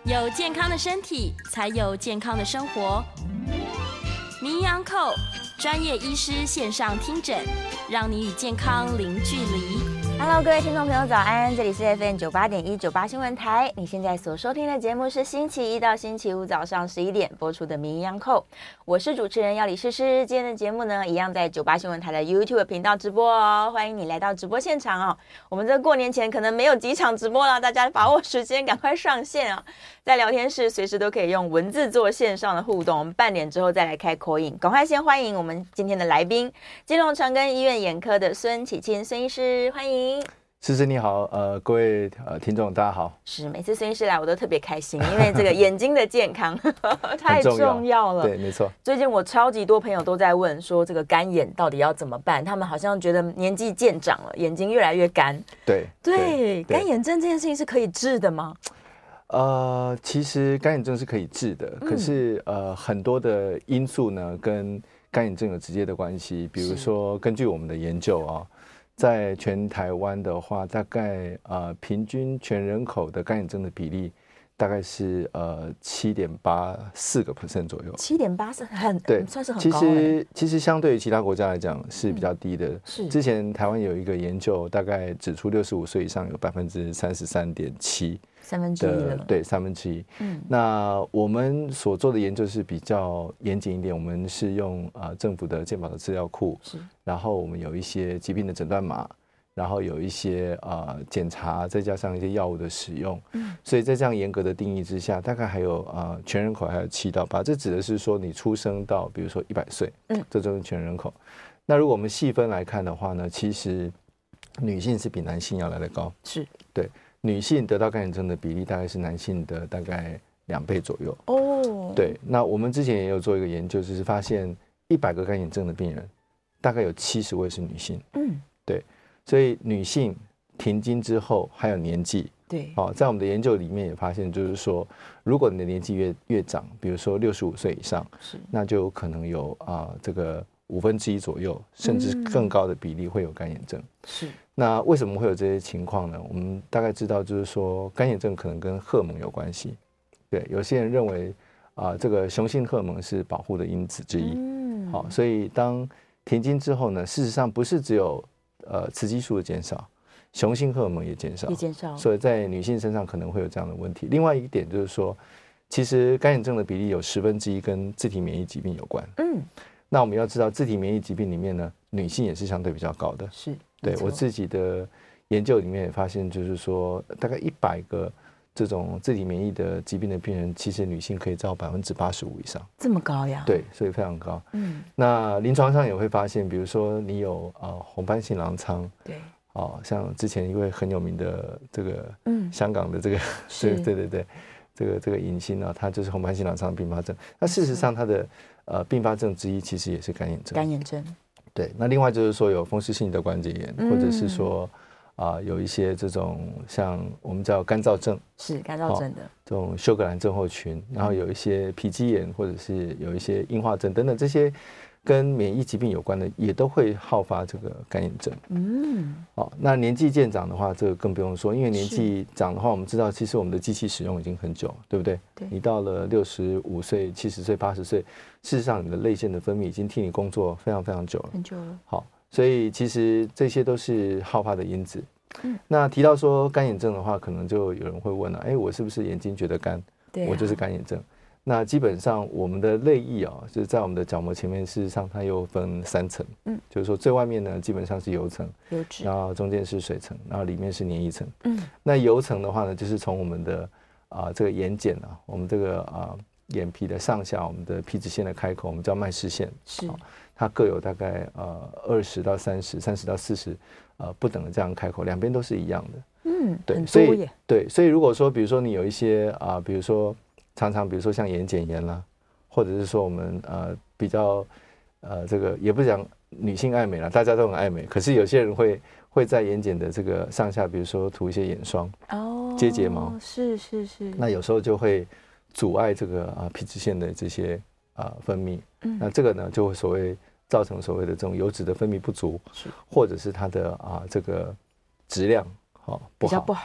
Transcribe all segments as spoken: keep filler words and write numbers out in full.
有健康的身体，才有健康的生活。名医昂扣专业医师线上听诊，让你与健康零距离。 Hello， 各位听众朋友，早安！这里是 F M 九八点一九八新闻台。你现在所收听的节目是星期一到星期五早上十一点播出的《名医央叩》，我是主持人要李诗诗。今天的节目呢，一样在九八新闻台的 YouTube 频道直播哦，欢迎你来到直播现场哦。我们这过年前可能没有几场直播了，大家把握时间，赶快上线啊！在聊天室随时都可以用文字做线上的互动，我们半点之后再来开 call in。赶快先欢迎我们今天的来宾，基隆长庚医院眼科的孙启钦孙医师，欢迎。 诗诗你好，呃，各位呃听众大家好。 是，每次孙医师来我都特别开心，因为这个眼睛的健康太重要了。 对，没错。 最近我超级多朋友都在问说，这个干眼到底要怎么办？他们好像觉得年纪渐长了，眼睛越来越干。 对对，干眼症这件事情是可以治的吗？ 呃，其实干眼症是可以治的，嗯、可是呃很多的因素呢跟干眼症有直接的关系，比如说根据我们的研究啊、哦。在全台湾的话，大概呃平均全人口的干眼症的比例大概是呃七点八四个 percent 左右。 七点八是很对， 算是很高、欸。 其实其实相对于其他国家来讲是比较低的。嗯、 是之前台湾有一个研究，大概指出六十五岁以上有百分之三十三点七。 三分之一了， 对，三分之一。嗯，那我们所做的研究是比较严谨一点，我们是用呃政府的健保的资料库，是，然后我们有一些疾病的诊断码，然后有一些呃检查，再加上一些药物的使用，嗯，所以在这样严格的定义之下，大概还有呃全人口还有七到八，这指的是说你出生到比如说一百岁，嗯，这就是全人口。那如果我们细分来看的话呢，其实女性是比男性要来得高， 是对。女性得到干眼症的比例大概是男性的大概两倍左右哦。对，那我们之前也有做一个研究，就是发现一百个干眼症的病人，大概有七十位是女性。嗯，对，所以女性停经之后还有年纪， 对， 哦，在我们的研究里面也发现，就是说，如果你的年纪越越长，比如说六十五岁以上，是，那就有可能有啊、呃、这个五分之一左右，甚至更高的比例会有干眼症。是。那为什么会有这些情况呢？我们大概知道，就是说干眼症可能跟荷尔蒙有关系。对，有些人认为啊、呃，这个雄性荷尔蒙是保护的因子之一。嗯，好，所以当停经之后呢，事实上不是只有呃雌激素的减少，雄性荷尔蒙也减少， 也减少。 所以在女性身上可能会有这样的问题。另外一点就是说，其实干眼症的比例有十分之一跟自体免疫疾病有关。嗯，那我们要知道，自体免疫疾病里面呢，女性也是相对比较高的。 是。 对，我自己的研究里面也发现，就是说大概一百个这种自体免疫的疾病的病人，其实女性可以占百分之八十五以上， 这么高呀？ 对，所以非常高。嗯，那临床上也会发现，比如说你有呃红斑性狼疮，对，哦，像之前一位很有名的这个，嗯，香港的这个，对对对对，这个这个影星啊，他就是红斑性狼疮并发症。那事实上，他的呃并发症之一其实也是干眼症。 干眼症。 对，那另外就是说有风湿性的关节炎，嗯、或者是说啊、呃、有一些这种像我们叫干燥症， 是干燥症的、哦、 这种休格兰症候群，然后有一些皮肌炎或者是有一些硬化症等等这些跟免疫疾病有关的，也都会好发这个干眼症。嗯，哦，那年纪渐长的话，这个更不用说，因为年纪长的话，我们知道其实我们的机器使用已经很久，对不对？对，你到了六十五岁、七十岁、八十岁，事实上你的泪腺的分泌已经替你工作非常非常久了， 很久了。 好，所以其实这些都是好发的因子。嗯，那提到说干眼症的话，可能就有人会问了，哎，我是不是眼睛觉得干？对、啊，我就是干眼症。那基本上我们的泪液啊，就是在我们的角膜前面，事实上它又分三层，嗯，就是说最外面呢基本上是油层， 油脂， 然后中间是水层，然后里面是黏液层，嗯，那油层的话呢，就是从我们的啊、呃、这个眼睑啊，我们这个啊、呃、眼皮的上下，我们的皮脂腺的开口，我们叫脉视线，是、哦，它各有大概呃二十到三十、三十到四十呃不等的这样开口，两边都是一样的，嗯，对，所以对，所以如果说比如说你有一些啊、呃，比如说。常常比如说像眼睑炎啦，或者是说我们呃比较呃这个也不讲女性爱美啦，大家都很爱美，可是有些人会会在眼睑的这个上下，比如说涂一些眼霜哦，接睫毛， 是是是， 那有时候就会阻碍这个啊皮脂腺的这些啊分泌，嗯，那这个呢就会所谓造成所谓的这种油脂的分泌不足，或者是它的啊这个质量好、哦、不好， 比较不好。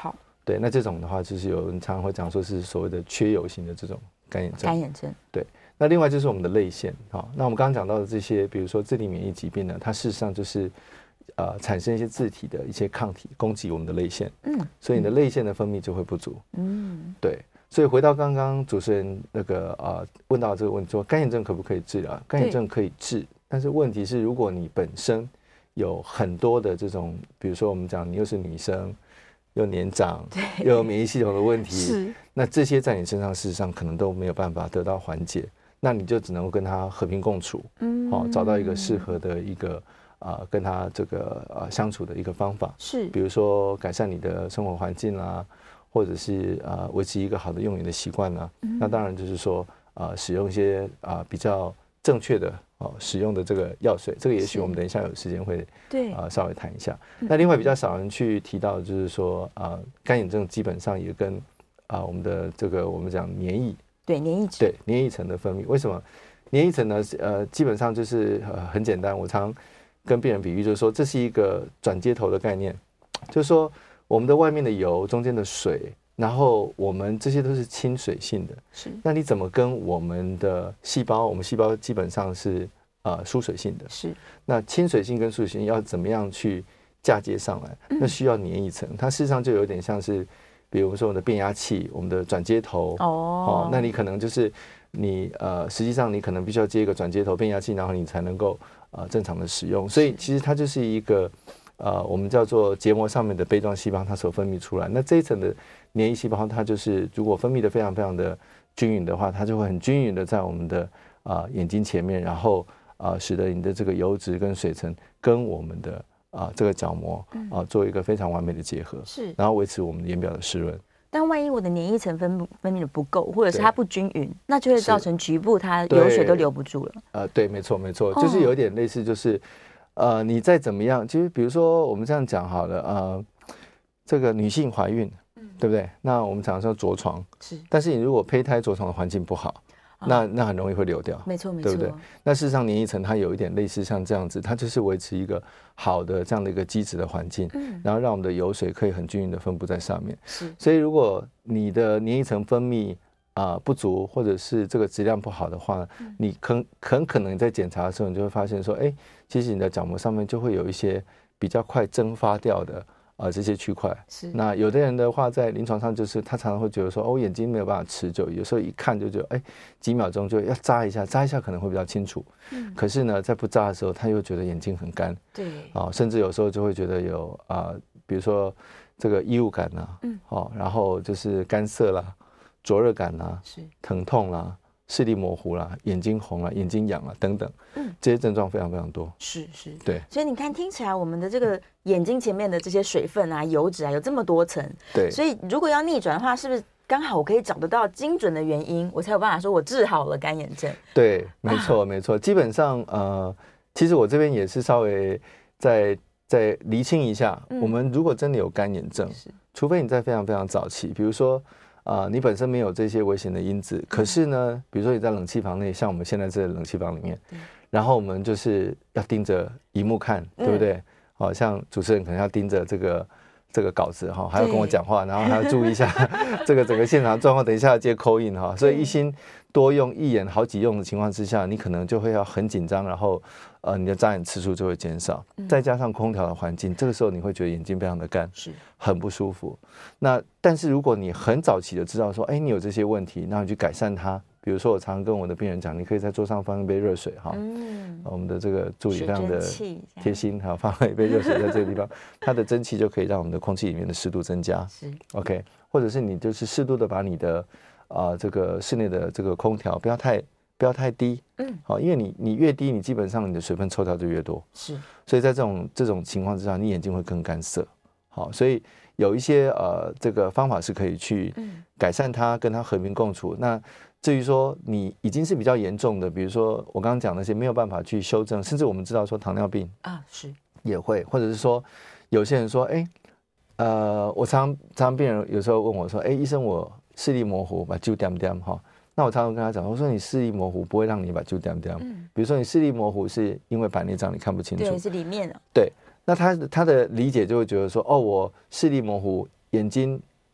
对，那这种的话，就是有人常常会讲说是所谓的缺油型的这种干眼症。 干眼症， 对。那另外就是我们的泪腺，好，那我们刚刚讲到的这些，比如说自体免疫疾病呢，它事实上就是呃产生一些自体的一些抗体攻击我们的泪腺，嗯，所以你的泪腺的分泌就会不足，嗯，对。所以回到刚刚主持人那个呃问到这个问题，说干眼症可不可以治疗？干眼症可以治，但是问题是，如果你本身有很多的这种，比如说我们讲你又是女生，又年长，又有免疫系统的问题，是，那这些在你身上事实上可能都没有办法得到缓解，那你就只能够跟他和平共处，嗯，好，找到一个适合的一个啊、呃、跟他这个呃相处的一个方法，是，比如说改善你的生活环境啦。或者是呃维持一个好的用眼的习惯呢，嗯、那当然就是说呃使用一些啊、呃、比较正确的哦使用的这个药水，这个也许我们等一下有时间会对啊、呃、稍微谈一下。嗯、那另外比较少人去提到的就是说啊、呃、干眼症基本上也跟啊、呃、我们的这个我们讲黏液对黏液对黏液层的分泌，为什么黏液层呢？呃基本上就是呃很简单，我常跟病人比喻就是说这是一个转接头的概念，就是说。我们的外面的油，中间的水，然后我们这些都是亲水性的。是，那你怎么跟我们的细胞？我们细胞基本上是呃疏水性的。是，那亲水性跟疏水性要怎么样去嫁接上来？嗯、那需要粘一层，它事实上就有点像是，比如说我们的变压器，我们的转接头。哦, 哦，那你可能就是你呃，实际上你可能必须要接一个转接头变压器，然后你才能够呃正常的使用。所以其实它就是一个。呃，我们叫做结膜上面的杯状细胞，它所分泌出来，那这一层的黏液细胞，它就是如果分泌的非常非常的均匀的话，它就会很均匀的在我们的啊、呃、眼睛前面，然后啊、呃、使得你的这个油脂跟水层跟我们的啊、呃、这个角膜啊、呃、做一个非常完美的结合，是，然后维持我们眼表的湿润。 但万一我的黏液层分分泌的不够，或者是它不均匀，那就会造成局部它油水都留不住了。 呃，对，没错没错，就是有点类似就是。呃，你再怎么样，其实比如说我们这样讲好了，呃，这个女性怀孕，嗯、对不对？那我们常说着床，是，但是你如果胚胎着床的环境不好，哦、那那很容易会流掉， 没错没错， 对不对？那事实上，黏液层它有一点类似像这样子，它就是维持一个好的这样的一个基质的环境，嗯、然后让我们的油水可以很均匀的分布在上面。是，所以如果你的黏液层分泌啊、呃、不足，或者是这个质量不好的话，嗯、你很很可能在检查的时候，你就会发现说，哎，其实你的角膜上面就会有一些比较快蒸发掉的啊、呃、这些区块。是。那有的人的话，在临床上就是他常常会觉得说，哦，眼睛没有办法持久，有时候一看就觉得，哎，几秒钟就要眨一下，眨一下可能会比较清楚。嗯。可是呢，在不眨的时候，他又觉得眼睛很干。对。啊、呃，甚至有时候就会觉得有啊、呃，比如说这个异物感啊，嗯，哦，然后就是干涩啦。灼热感啦、啊，疼痛啦、啊，视力模糊啦、啊，眼睛红啦、啊，眼睛痒啊等等，嗯，这些症状非常非常多。 是是， 对。 所以你看，听起来我们的这个眼睛前面的这些水分啊、油脂啊，有这么多层。对。所以如果要逆转的话，是不是刚好我可以找得到精准的原因，我才有办法说我治好了干眼症？ 对，没错、啊、没错。基本上呃，其实我这边也是稍微再再厘清一下，嗯、我们如果真的有干眼症，除非你在非常非常早期，比如说。啊、呃，你本身没有这些危险的因子，可是呢，比如说你在冷气房内，像我们现在这冷气房里面，然后我们就是要盯着荧幕看，对不对？好、嗯哦、像主持人可能要盯着这个这个稿子哈、哦，还要跟我讲话，然后还要注意一下这个整个现场状况，等一下要接 call in 哈，所以一心多用一眼好几用的情况之下，你可能就会要很紧张，然后呃你的眨眼次数就会减少，嗯、再加上空调的环境，这个时候你会觉得眼睛非常的干，是很不舒服。那但是如果你很早期的知道说，哎，你有这些问题，然后你去改善它，比如说我常常跟我的病人讲，你可以在桌上放一杯热水哈，嗯、我们的这个助理非常的贴心，哈，放了一杯热水在这个地方，它的蒸汽就可以让我们的空气里面的湿度增加，是 OK， 或者是你就是适度的把你的啊、呃、这个室内的这个空调不要太不要太低，嗯，好，因为你你越低，你基本上你的水分抽掉就越多，是，所以在这种这种情况之下，你眼睛会更干涩，好，所以有一些呃这个方法是可以去改善它，跟它和平共处。那至于说你已经是比较严重的，比如说我刚刚讲那些没有办法去修正，甚至我们知道说糖尿病啊是也会，或者是说有些人说，哎，呃，我常常病人有时候问我说，哎，医生我视力模糊，把酒点点哈。那我常常跟他讲，我说你视力模糊不会让你把酒点掉，嗯，比如说你视力模糊是因为白内障你看不清楚， 对，是里面的， 对，那他他的理解就会觉得说，哦，我视力模糊，眼睛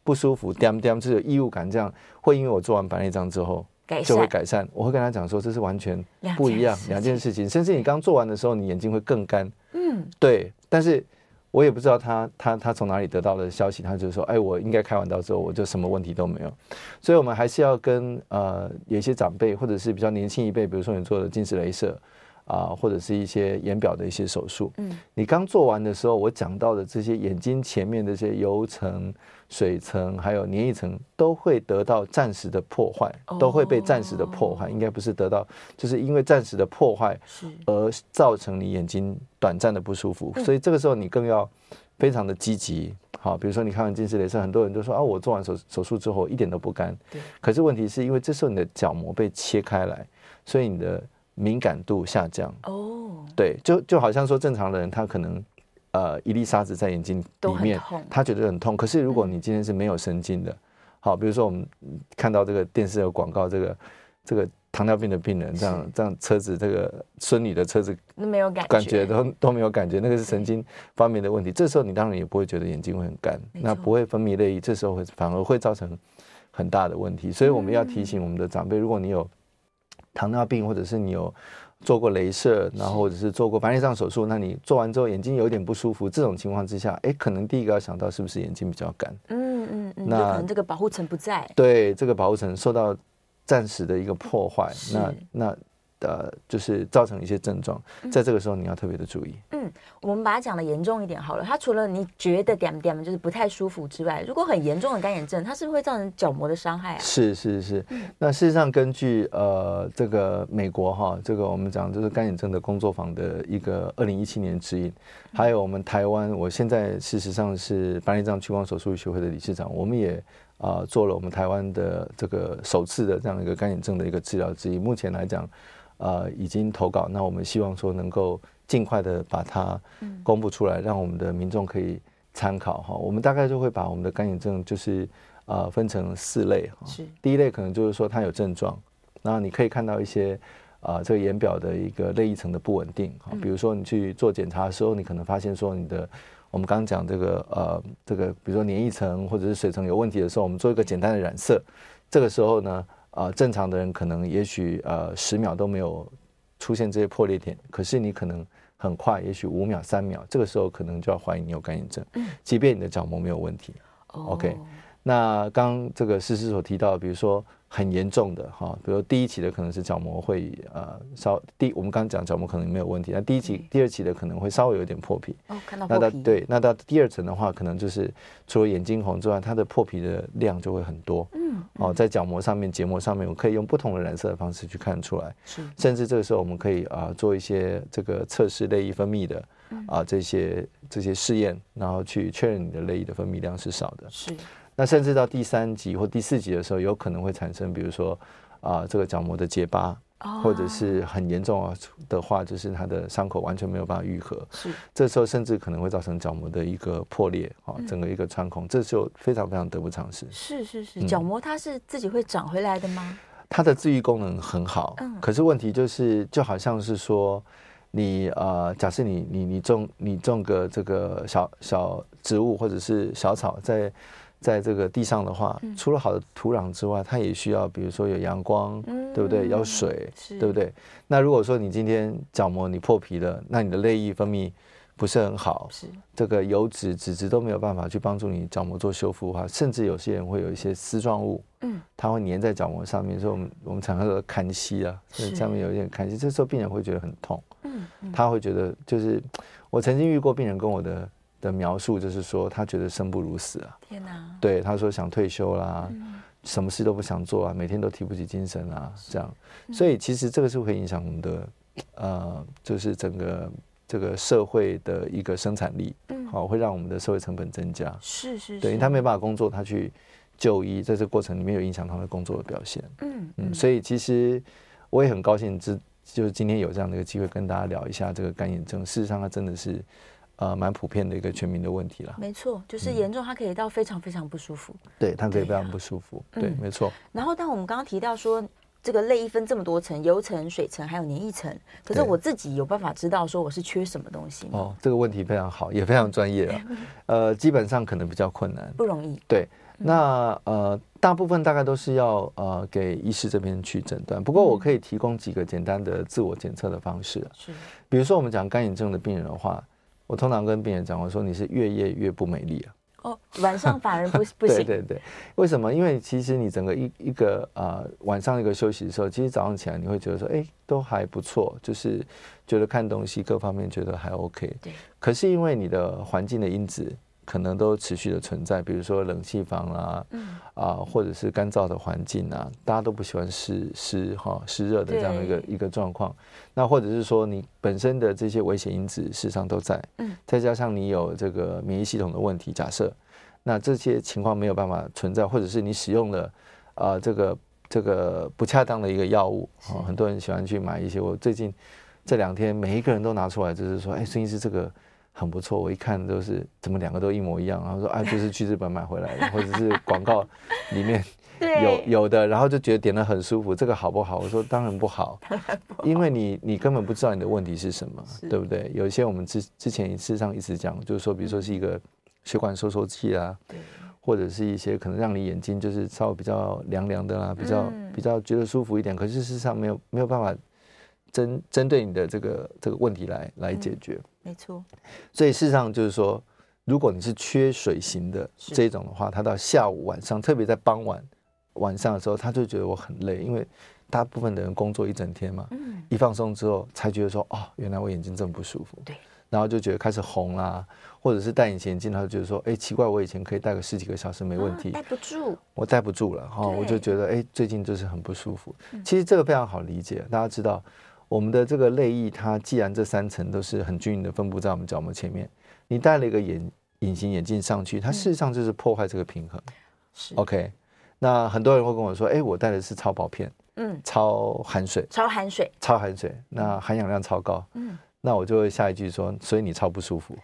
不舒服，掂掂就是有异物感，这样会因为我做完白内障之后就会改善。我会跟他讲说，这是完全不一样两件事情，甚至你刚做完的时候，你眼睛会更干。嗯，对。但是我也不知道他他他从哪里得到的消息，他就说，哎，我应该开完刀之后，我就什么问题都没有。所以我们还是要跟呃有一些长辈或者是比较年轻一辈，比如说你做的近视雷射。啊，或者是一些眼表的一些手术，嗯，你刚做完的时候，我讲到的这些眼睛前面的这些油层、水层还有粘液层，都会得到暂时的破坏，哦、都会被暂时的破坏，应该不是得到，就是因为暂时的破坏而造成你眼睛短暂的不舒服，所以这个时候你更要非常的积极。好，比如说你看完近视雷射，很多人都说啊，我做完手手术之后一点都不干，可是问题是因为这时候你的角膜被切开来，所以你的敏感度下降哦，对，就就好像说正常的人他可能呃一粒沙子在眼睛里面，他觉得很痛。可是如果你今天是没有神经的，好，比如说我们看到这个电视有广告，这个这个糖尿病的病人这样这样车子这个孙女的车子没有感觉， 感觉都都没有感觉，那个是神经方面的问题。这时候你当然也不会觉得眼睛会很干，那不会分泌泪液，这时候会反而会造成很大的问题。所以我们要提醒我们的长辈，如果你有糖尿病，或者是你有做过雷射，然后或者是做过白内障手术，那你做完之后眼睛有一点不舒服，这种情况之下，哎，可能第一个要想到是不是眼睛比较干？嗯嗯嗯，那可能这个保护层不在， 对，这个保护层受到暂时的一个破坏，那那呃就是造成一些症状，在这个时候你要特别的注意。 嗯，我们把它讲的严重一点好了，它除了你觉得点点就是不太舒服之外，如果很严重的干眼症，它是不是会造成角膜的伤害啊？ 是是是，嗯、那事实上根据呃这个美国哈，这个我们讲就是干眼症的工作坊的一个二零一七年指引，还有我们台湾，我现在事实上是白内障屈光手术学会的理事长，我们也啊、呃、做了我们台湾的这个首次的这样一个干眼症的一个治疗指引，目前来讲。呃，已经投稿，那我们希望说能够尽快的把它公布出来，嗯、让我们的民众可以参考哈。我们大概就会把我们的干眼症就是呃分成四类哈。第一类可能就是说它有症状，那你可以看到一些啊、呃、这个眼表的一个泪液层的不稳定哈，比如说你去做检查的时候，你可能发现说你的我们刚刚讲这个呃这个比如说粘液层或者是水层有问题的时候，我们做一个简单的染色，这个时候呢。呃，正常的人可能也许呃十秒都没有出现这些破裂点，可是你可能很快，也许五秒、三秒，这个时候可能就要怀疑你有干眼症，嗯、即便你的角膜没有问题。哦、OK， 那刚这个诗诗所提到，比如说很严重的哈，比如第一期的可能是角膜会呃稍第我们刚刚讲角膜可能没有问题，那第一期、第二期的可能会稍微有点破皮。 哦，看到破皮。 那到对，那到第二层的话，可能就是除了眼睛红之外，它的破皮的量就会很多。嗯。哦，在角膜上面、结膜上面，我可以用不同的染色的方式去看出来。是。甚至这个时候，我们可以啊、呃、做一些这个测试泪液分泌的啊、呃、这些这些试验，然后去确认你的泪液的分泌量是少的。是。那甚至到第三级或第四级的时候，有可能会产生，比如说啊、呃、这个角膜的结疤。Oh. 或者是很严重的话，就是它的伤口完全没有办法愈合，是这时候甚至可能会造成角膜的一个破裂，哦，整个一个穿孔，这就非常非常得不偿失。 是是是，角膜它是自己会长回来的吗？ 它的治愈功能很好，嗯，可是问题就是就好像是说你呃，假设你你你种你种个这个小小植物或者是小草在。在这个地上的话，嗯、除了好的土壤之外，它也需要，比如说有阳光，嗯、对不对？要水，对不对？那如果说你今天角膜你破皮了，那你的泪液分泌不是很好，是这个油脂、脂质都没有办法去帮助你角膜做修复的话，甚至有些人会有一些丝状物，嗯，它会粘在角膜上面，所以我们我们常常说坎息啊，上面有一点坎息，这时候病人会觉得很痛，嗯，嗯他会觉得就是我曾经遇过病人跟我的。的描述就是说，他觉得生不如死啊！天哪！对，他说想退休啦，嗯、什么事都不想做啊，每天都提不起精神啊，这样。嗯、所以其实这个是会影响我们的，呃，就是整个这个社会的一个生产力，嗯，好、哦，会让我们的社会成本增加。是是是。对，他没办法工作，他去就医，在这个过程里面有影响他的工作的表现。嗯嗯，所以其实我也很高兴，之就是今天有这样的一个机会跟大家聊一下这个干眼症。事实上，它真的是。呃，蛮普遍的一个全民的问题啦。 没错，就是严重，它可以到非常非常不舒服。 嗯、对，它可以非常不舒服。对，啊、对没错。 然后，但我们刚刚提到说，这个泪液分这么多层，油层、水层还有粘液层，可是我自己有办法知道说我是缺什么东西吗？ 哦，这个问题非常好，也非常专业啊。呃，基本上可能比较困难， 不容易。 对， 那呃，大部分大概都是要呃给医师这边去诊断。不过我可以提供几个简单的自我检测的方式。是，比如说我们讲干眼症的病人的话，我通常跟病人讲，我说你是越夜越不美丽啊。 哦，晚上反而不不行。 对对对，为什么？因为其实你整个一一个呃晚上一个休息的时候，其实早上起来你会觉得说，哎，都还不错，就是觉得看东西各方面觉得还 OK。对。可是因为你的环境的因子可能都持续的存在，比如说冷气房啊，嗯啊、呃，或者是干燥的环境啊，大家都不喜欢湿湿哈湿热的这样的一个一个状况。那或者是说你本身的这些危险因子事实上都在，嗯，再加上你有这个免疫系统的问题，假设那这些情况没有办法存在，或者是你使用了啊、呃、这个这个不恰当的一个药物啊、哦，很多人喜欢去买一些。我最近这两天每一个人都拿出来，就是说，哎，孙医师这个很不错，我一看都是怎么两个都一模一样，然后说啊，就是去日本买回来的，或者是广告里面有有的，然后就觉得点得很舒服，这个好不好？我说当然不好，因为你你根本不知道你的问题是什么，对不对？有一些我们之之前事实上一直讲，就是说，比如说是一个血管收缩剂啊，或者是一些可能让你眼睛就是稍微比较凉凉的啦，比较、嗯、比较觉得舒服一点，可是事实上没有没有办法针针对你的这个这个问题来来解决。嗯没错， 所以事实上就是说，如果你是缺水型的这种的话，他到下午晚上，特别在傍晚晚上的时候，他就觉得我很累，因为大部分的人工作一整天嘛，嗯、一放松之后才觉得说，哦，原来我眼睛这么不舒服，对，然后就觉得开始红啦、啊，或者是戴隐形眼镜，他就觉得说，哎，奇怪，我以前可以戴个十几个小时没问题， 戴、啊、不住， 我戴不住了哈、哦，我就觉得哎，最近就是很不舒服。嗯、其实这个非常好理解，大家知道。我们的这个泪液，它既然这三层都是很均匀的分布在我们角膜前面，你戴了一个眼隐形眼镜上去，它事实上就是破坏这个平衡。是 OK， 那很多人会跟我说，哎，我戴的是超薄片，嗯，超含水， 超含水， 超含水，那含氧量超高，嗯，那我就会下一句说，所以你超不舒服。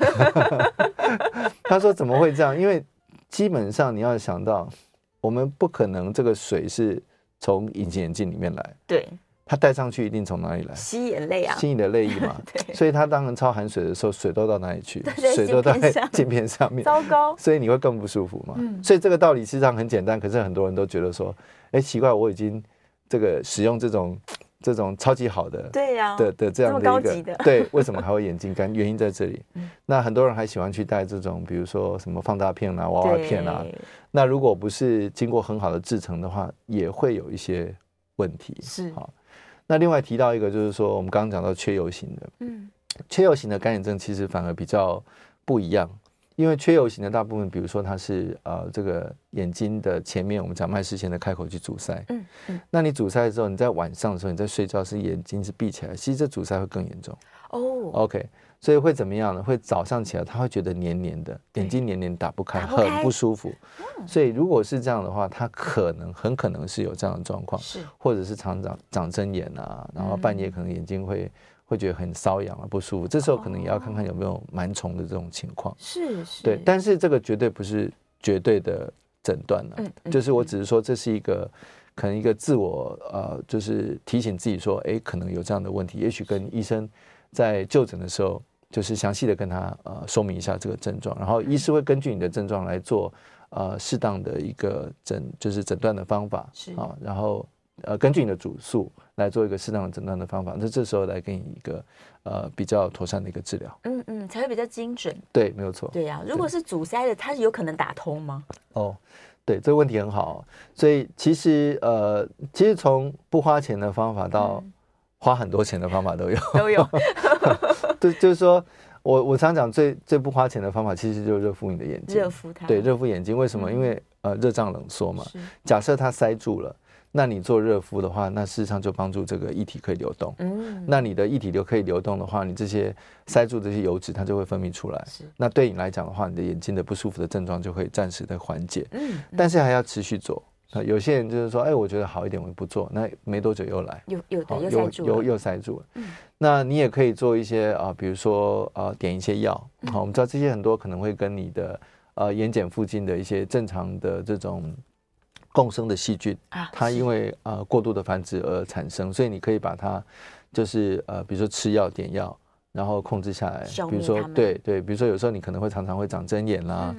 他说怎么会这样？因为基本上你要想到，我们不可能这个水是从隐形眼镜里面来， 对。 它戴上去一定从哪里来？ 吸眼泪啊， 吸你的泪液嘛。所以它当然超含水的时候，水都到哪里去？水都在镜片上面。 糟糕！ 所以你会更不舒服嘛。嗯、所以这个道理实际上很简单，可是很多人都觉得说，哎，奇怪，我已经这个使用这种这种超级好的， 对呀、啊、 的的这样的一个， 这么高级的， 对，为什么还会眼睛干？原因在这里。嗯、那很多人还喜欢去戴这种，比如说什么放大片啊、娃娃片啊。那如果不是经过很好的制成的话，也会有一些问题。是好。那另外提到一个就是说，我们刚刚讲到缺油型的，嗯，缺油型的干眼症其实反而比较不一样，因为缺油型的大部分，比如说它是呃这个眼睛的前面，我们讲脉视线的开口去阻塞，嗯嗯，那你阻塞之后，你在晚上的时候，你在睡觉是眼睛是闭起来，其实这阻塞会更严重哦 ，OK， 所以会怎么样呢？会早上起来他会觉得黏黏的，眼睛黏黏打不开，很不舒服。所以如果是这样的话，他可能很可能是有这样的状况，是或者是常长长针眼啊，然后半夜可能眼睛会、嗯、会觉得很瘙痒啊不舒服，这时候可能也要看看有没有螨虫的这种情况。是是，对，但是这个绝对不是绝对的诊断了、啊嗯嗯，就是我只是说这是一个可能一个自我呃，就是提醒自己说，哎，可能有这样的问题，也许跟医生在就诊的时候，就是详细的跟他呃说明一下这个症状，然后医师会根据你的症状来做。呃，适当的一个诊就是诊断的方法是啊，然后呃根据你的主诉来做一个适当的诊断的方法，那这时候来给你一个呃比较妥善的一个治疗， 嗯嗯，才会比较精准。 对，没有错。 对呀、啊，如果是阻塞的，它是有可能打通吗？ 哦，对，这个问题很好，所以其实呃，其实从不花钱的方法到花很多钱的方法都有， 都有。 对，就是说。我我常讲最最不花钱的方法，其实就是热敷你的眼睛。 热敷它。 对，热敷眼睛，为什么？嗯、因为呃热胀冷缩嘛。假设它塞住了，那你做热敷的话，那事实上就帮助这个液体可以流动。嗯。那你的液体流可以流动的话，你这些塞住这些油脂，它就会分泌出来。是。那对你来讲的话，你的眼睛的不舒服的症状就会暂时的缓解。嗯。但是还要持续做。有些人就是说，哎，我觉得好一点，我不做，那没多久又来， 有有的又塞住了， 又又塞住了。嗯，那你也可以做一些啊、呃，比如说啊、呃，点一些药。好、嗯，我们知道这些很多可能会跟你的呃眼睑附近的一些正常的这种共生的细菌啊，它因为呃过度的繁殖而产生，所以你可以把它就是呃，比如说吃药点药，然后控制下来。比如说对对，比如说有时候你可能会常常会长针眼啦。嗯，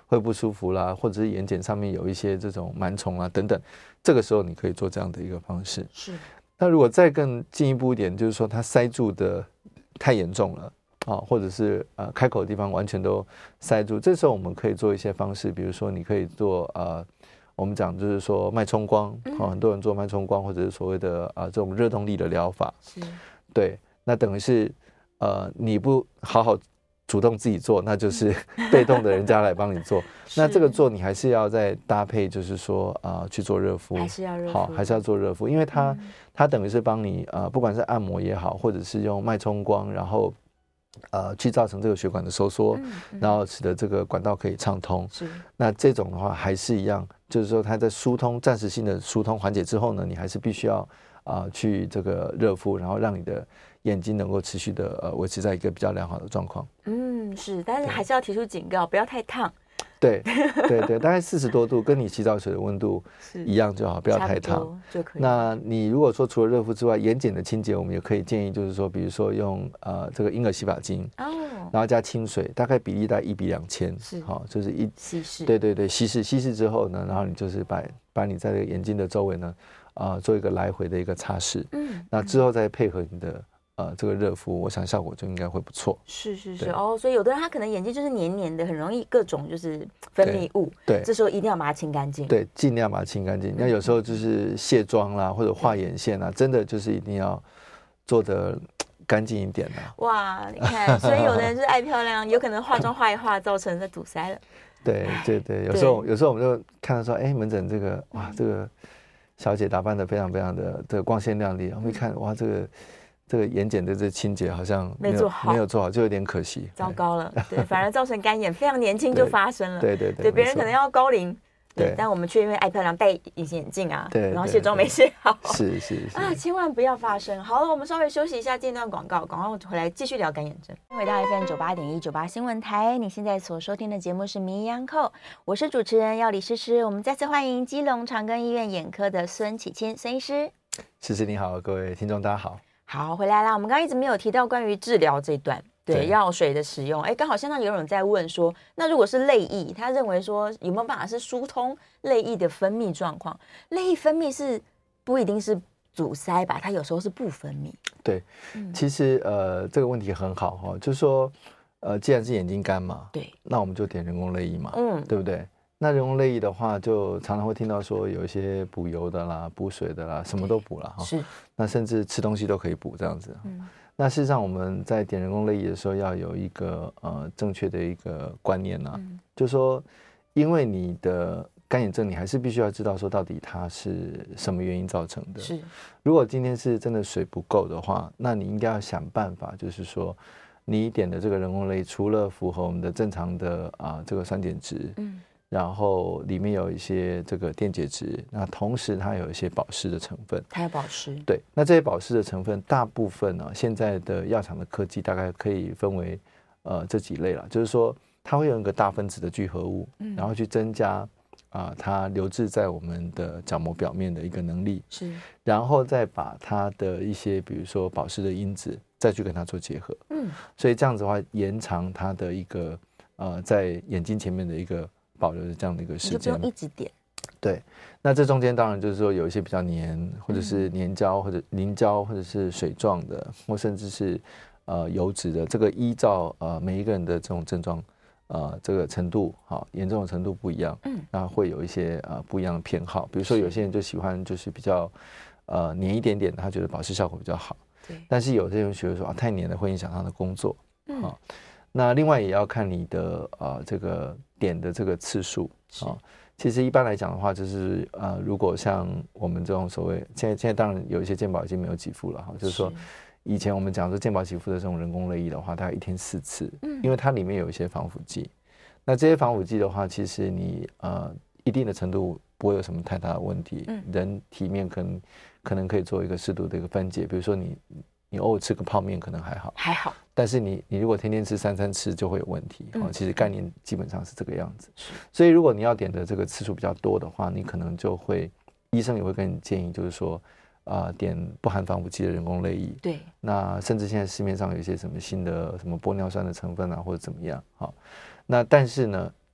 会不舒服啦，或者是眼睑上面有一些这种螨虫啊等等，这个时候你可以做这样的一个方式。 是。 那如果再更进一步一点，就是说它塞住的太严重了啊，或者是呃开口的地方完全都塞住，这时候我们可以做一些方式，比如说你可以做呃。我们讲就是说脉冲光，嗯哦、很多人做脉冲光或者是所谓的啊、呃、这种热动力的疗法， 是， 对，那等于是呃你不好好主动自己做，那就是被动的人家来帮你做。那这个做你还是要再搭配，就是说啊、呃、去做热敷， 还是要热敷， 好，还是要做热敷，因为它、嗯、它等于是帮你呃不管是按摩也好，或者是用脉冲光，然后。呃，去造成这个血管的收缩，嗯嗯、然后使得这个管道可以畅通。是，那这种的话还是一样，就是说它在疏通暂时性的疏通缓解之后呢，你还是必须要啊、呃、去这个热敷，然后让你的眼睛能够持续的呃维持在一个比较良好的状况。 嗯，是，但是还是要提出警告，不要太烫。 对对对，大概四十多度，跟你洗澡水的温度一样就好，不要太烫就可以。 那你如果说除了热敷之外，眼睑的清洁，我们也可以建议，就是说，比如说用呃这个婴儿洗发精，哦，然后加清水，大概比例大概一比两千，是，好、哦，就是一稀释， 对对对，稀释稀释之后呢，然后你就是把把你在这个眼睛的周围呢，啊、呃，做一个来回的一个擦拭，嗯，那之后再配合你的。呃，这个热敷，我想效果就应该会不错。 是是是哦，所以有的人他可能眼睛就是黏黏的，很容易各种就是分泌物， 对，对这时候一定要把它清干净。 对，尽量把它清干净。那、嗯、有时候就是卸妆啦，或者画眼线啊，真的就是一定要做得干净一点啦。 哇，你看，所以有的人是爱漂亮，有可能化妆画一画造成在堵塞了。 对对对，有时候有时候我们就看到说，哎，门诊这个哇，这个小姐打扮得非常非常的这个光鲜亮丽，我们一看哇，这个。这个眼睑的这清洁好像没有做好，没有做好，就有点可惜。 糟糕了，对，反而造成干眼，非常年轻就发生了。 对对对， 对，别人可能要高龄，对，但我们却因为爱漂亮戴隐形眼镜啊， 对， 然后卸妆没卸好， 是是是啊，千万不要发生。好了，我们稍微休息一下，间段广告，广告回来继续聊干眼症。回到 F M 九八点一九八新闻台，你现在所收听的节目是名医央叩，我是主持人要李诗诗。我们再次欢迎基隆长庚医院眼科的孙启钦孙医师。 诗诗你好，各位听众大家好。 好，回来啦。我们刚刚一直没有提到关于治疗这一段，对, 对药水的使用。哎，刚好现在有人在问说，那如果是泪液，他认为说有没有办法是疏通泪液的分泌状况？泪液分泌是不一定是阻塞吧？它有时候是不分泌。 对，嗯、其实呃这个问题很好哈、哦，就是说呃既然是眼睛干嘛， 对， 那我们就点人工泪液嘛，嗯，对不对？那人工泪液的话，就常常会听到说有一些补油的啦、补水的啦，什么都补了哈。是。那甚至吃东西都可以补这样子。嗯。那事实上我们在点人工泪液的时候，要有一个呃正确的一个观念啊，嗯、就是说，因为你的干眼症，你还是必须要知道说到底它是什么原因造成的。是。如果今天是真的水不够的话，那你应该要想办法，就是说。你点的这个人工泪，除了符合我们的正常的啊、呃、这个酸碱值，嗯。然后里面有一些这个电解质，那同时它有一些保湿的成分。 它有保湿。对， 那这些保湿的成分，大部分呢、啊，现在的药厂的科技大概可以分为呃这几类了，就是说它会用一个大分子的聚合物，嗯、然后去增加啊、呃、它留置在我们的角膜表面的一个能力。是。然后再把它的一些比如说保湿的因子再去跟它做结合。嗯。所以这样子的话，延长它的一个呃在眼睛前面的一个。保留的这样的一个时间， 就不用一直点。 对，那这中间当然就是说有一些比较黏，或者是黏胶，或者凝胶，或者是水状的，或甚至是呃油脂的。这个依照呃每一个人的这种症状，呃这个程度好严重的程度不一样，嗯，那会有一些呃不一样的偏好。比如说有些人就喜欢就是比较呃黏一点点，他觉得保湿效果比较好。对，但是有些人觉得说啊太黏了会影响他的工作，嗯。啊那另外也要看你的呃这个点的这个次数啊、哦。其实一般来讲的话，就是呃如果像我们这种所谓现在现在当然有一些健保已经没有给付了哈，就是说以前我们讲说健保给付的这种人工泪液的话，大概一天四次，嗯，因为它里面有一些防腐剂。那这些防腐剂的话，其实你呃一定的程度不会有什么太大的问题，嗯，人体面可能可能可以做一个适度的一个分解，比如说你。你偶尔吃个泡面可能还好， 还好， 但是你你如果天天吃三餐吃就会有问题、嗯哦、其实概念基本上是这个样子。所以如果你要点的这个次数比较多的话，你可能就会医生也会跟你建议，就是说啊、呃、点不含防腐剂的人工泪液。对，那甚至现在市面上有一些什么新的什么玻尿酸的成分啊，或者怎么样。好、哦，那但是呢，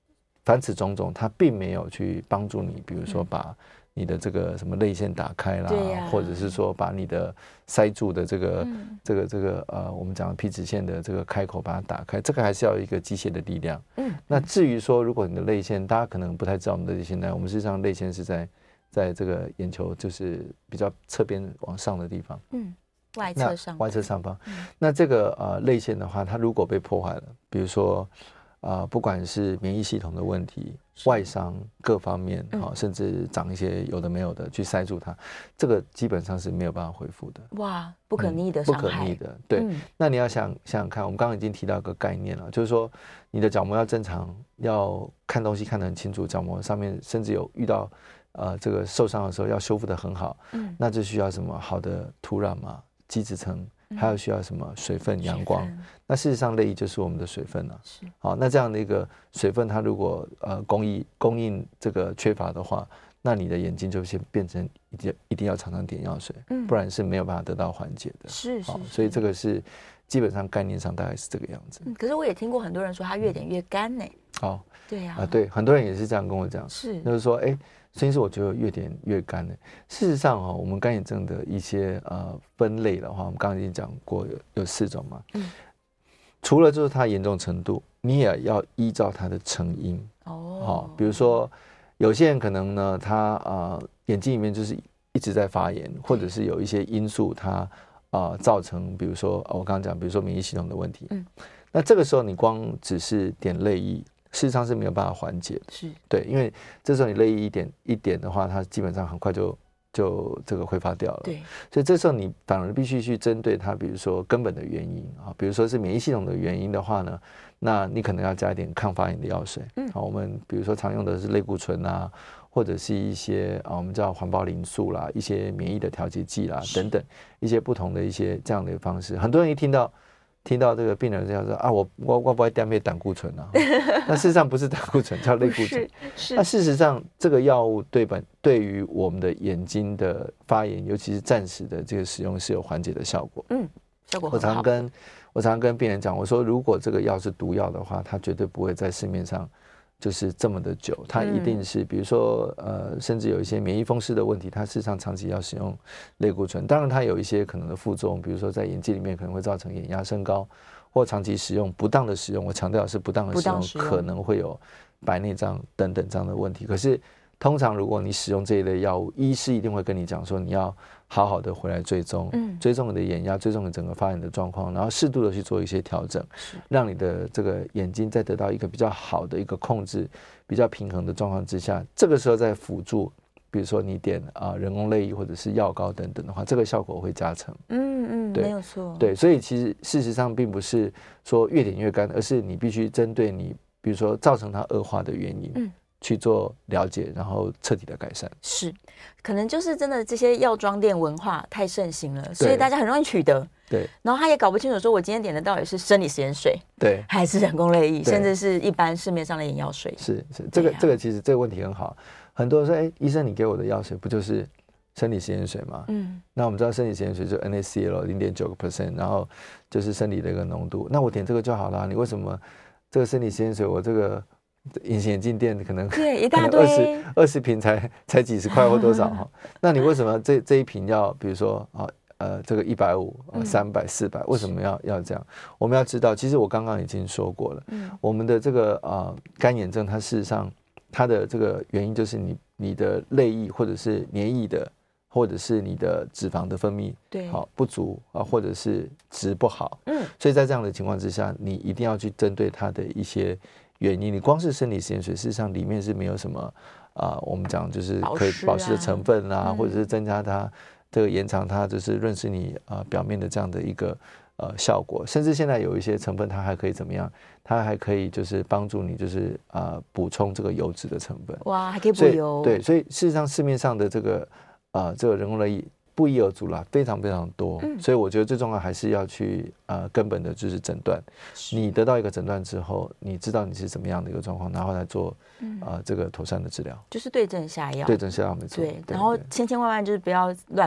凡此种种，它并没有去帮助你，比如说把你的这个什么泪腺打开啦， 啊、 或者是说把你的塞住的这个、嗯、这个这个呃，我们讲的皮脂腺的这个开口把它打开，这个还是要有一个机械的力量。嗯，那至于说，如果你的泪腺，大家可能不太知道我们的泪腺呢，我们实际上泪腺是在在这个眼球就是比较侧边往上的地方。嗯。 外侧上外侧上方，嗯、那这个呃泪腺的话，它如果被破坏了，比如说啊、呃，不管是免疫系统的问题、外伤各方面啊、嗯哦，甚至长一些有的没有的去塞住它，这个基本上是没有办法恢复的。 哇，不可逆的伤害、嗯， 不可逆的。对，嗯、那你要想想想看，我们刚刚已经提到一个概念了，就是说你的角膜要正常，要看东西看得很清楚，角膜上面甚至有遇到呃这个受伤的时候要修复得很好，嗯，那就需要什么好的土壤嘛。基质层还有需要什么水分、阳光？那事实上泪液就是我们的水分啊。是。好，那这样的一个水分，它如果呃供应供应这个缺乏的话，那你的眼睛就先变成一定一定要常常点药水，嗯、不然是没有办法得到缓解的。 是是。 所以这个是基本上概念上大概是这个样子。 嗯、可是我也听过很多人说，它越点越干呢。 哦。 对呀。 啊，对，很多人也是这样跟我讲。 是。 就是说，哎。所以是我觉得越点越干的。事实上、哦、我们干眼症的一些呃分类的话，我们刚刚已经讲过有有四种嘛。嗯。除了就是它严重程度，你也要依照它的成因。哦。好、哦，比如说有些人可能呢，他啊、呃、眼睛里面就是一直在发炎，或者是有一些因素它啊、呃、造成，比如说、哦、我刚刚讲，比如说免疫系统的问题。嗯。那这个时候你光只是点泪液。事实上是没有办法缓解的， 是对，因为这时候你泪液一点一点的话，它基本上很快就就这个挥发掉了， 对， 所以这时候你反而必须去针对它，比如说根本的原因啊，比如说是免疫系统的原因的话呢，那你可能要加一点抗发炎的药水，嗯，好，我们比如说常用的是类固醇啊，或者是一些啊我们叫环孢磷素啦，一些免疫的调节剂啦等等，一些不同的一些这样的方式，很多人一听到。听到这个病人这样说啊，我我我不会点灭胆固醇啊，那事实上不是胆固醇，叫类固醇。那事实上，这个药物对本对于我们的眼睛的发炎，尤其是暂时的这个使用是有缓解的效果。 嗯，效果很好。我常跟我常跟病人讲，我说如果这个药是毒药的话，它绝对不会在市面上就是这么的久，它一定是、嗯、比如说呃，甚至有一些免疫风湿的问题，它事实上长期要使用类固醇。当然，它有一些可能的副作用，比如说在眼睛里面可能会造成眼压升高，或长期使用不当的使用，我强调的是不当的使用，使用可能会有白内障等等这样的问题。可是通常如果你使用这一类药物，医师一定会跟你讲说你要好好的回来追踪，嗯，追踪你的眼压，追踪你整个发炎的状况，然后适度的去做一些调整，让你的这个眼睛再得到一个比较好的一个控制、比较平衡的状况之下，这个时候再辅助，比如说你点啊、呃、人工泪液或者是药膏等等的话，这个效果会加成。 嗯嗯，对，没有错。 对，所以其实事实上并不是说越点越干，而是你必须针对你，比如说造成它恶化的原因。嗯。去做了解，然后彻底的改善。 是，可能就是真的这些药妆店文化太盛行了，所以大家很容易取得。 对， 然后他也搞不清楚，说我今天点的到底是生理食盐水， 对， 还是人工泪液，甚至是一般市面上的眼药水。 是是，这个、啊、这个其实这个问题很好。很多人说，哎，医生你给我的药水不就是生理食盐水吗？嗯，那我们知道生理食盐水就 N A C L 零点九个 percent， 然后就是生理的一个浓度，那我点这个就好了。你为什么这个生理食盐水我这个？隐形眼镜店可能对一大堆二十二十瓶才才几十块或多少哈？那你为什么这这一瓶要比如说啊呃这个一百五、三百、四百，为什么要要这样？我们要知道，其实我刚刚已经说过了，嗯，我们的这个啊、呃、干眼症，它事实上它的这个原因就是你你的泪液或者是黏液的，或者是你的脂肪的分泌对好、啊、不足啊，或者是值不好，嗯，所以在这样的情况之下，你一定要去针对它的一些。原因，你光是生理食盐水，事实上里面是没有什么啊、呃，我们讲就是可以保湿的成分啦、啊嗯，或者是增加它这个延长它就是润湿你啊、呃、表面的这样的一个呃效果，甚至现在有一些成分它还可以怎么样？它还可以就是帮助你就是啊、呃、补充这个油脂的成分。 哇，还可以补油。 对，所以事实上市面上的这个啊、呃、这个人工泪液不一而足啦，非常非常多、嗯，所以我觉得最重要还是要去呃根本的就是诊断。你得到一个诊断之后，你知道你是怎么样的一个状况，然后来做、嗯、呃这个妥善的治疗， 就是对症下药。 对症下药没错。 对，然后千千万万就是不要乱买。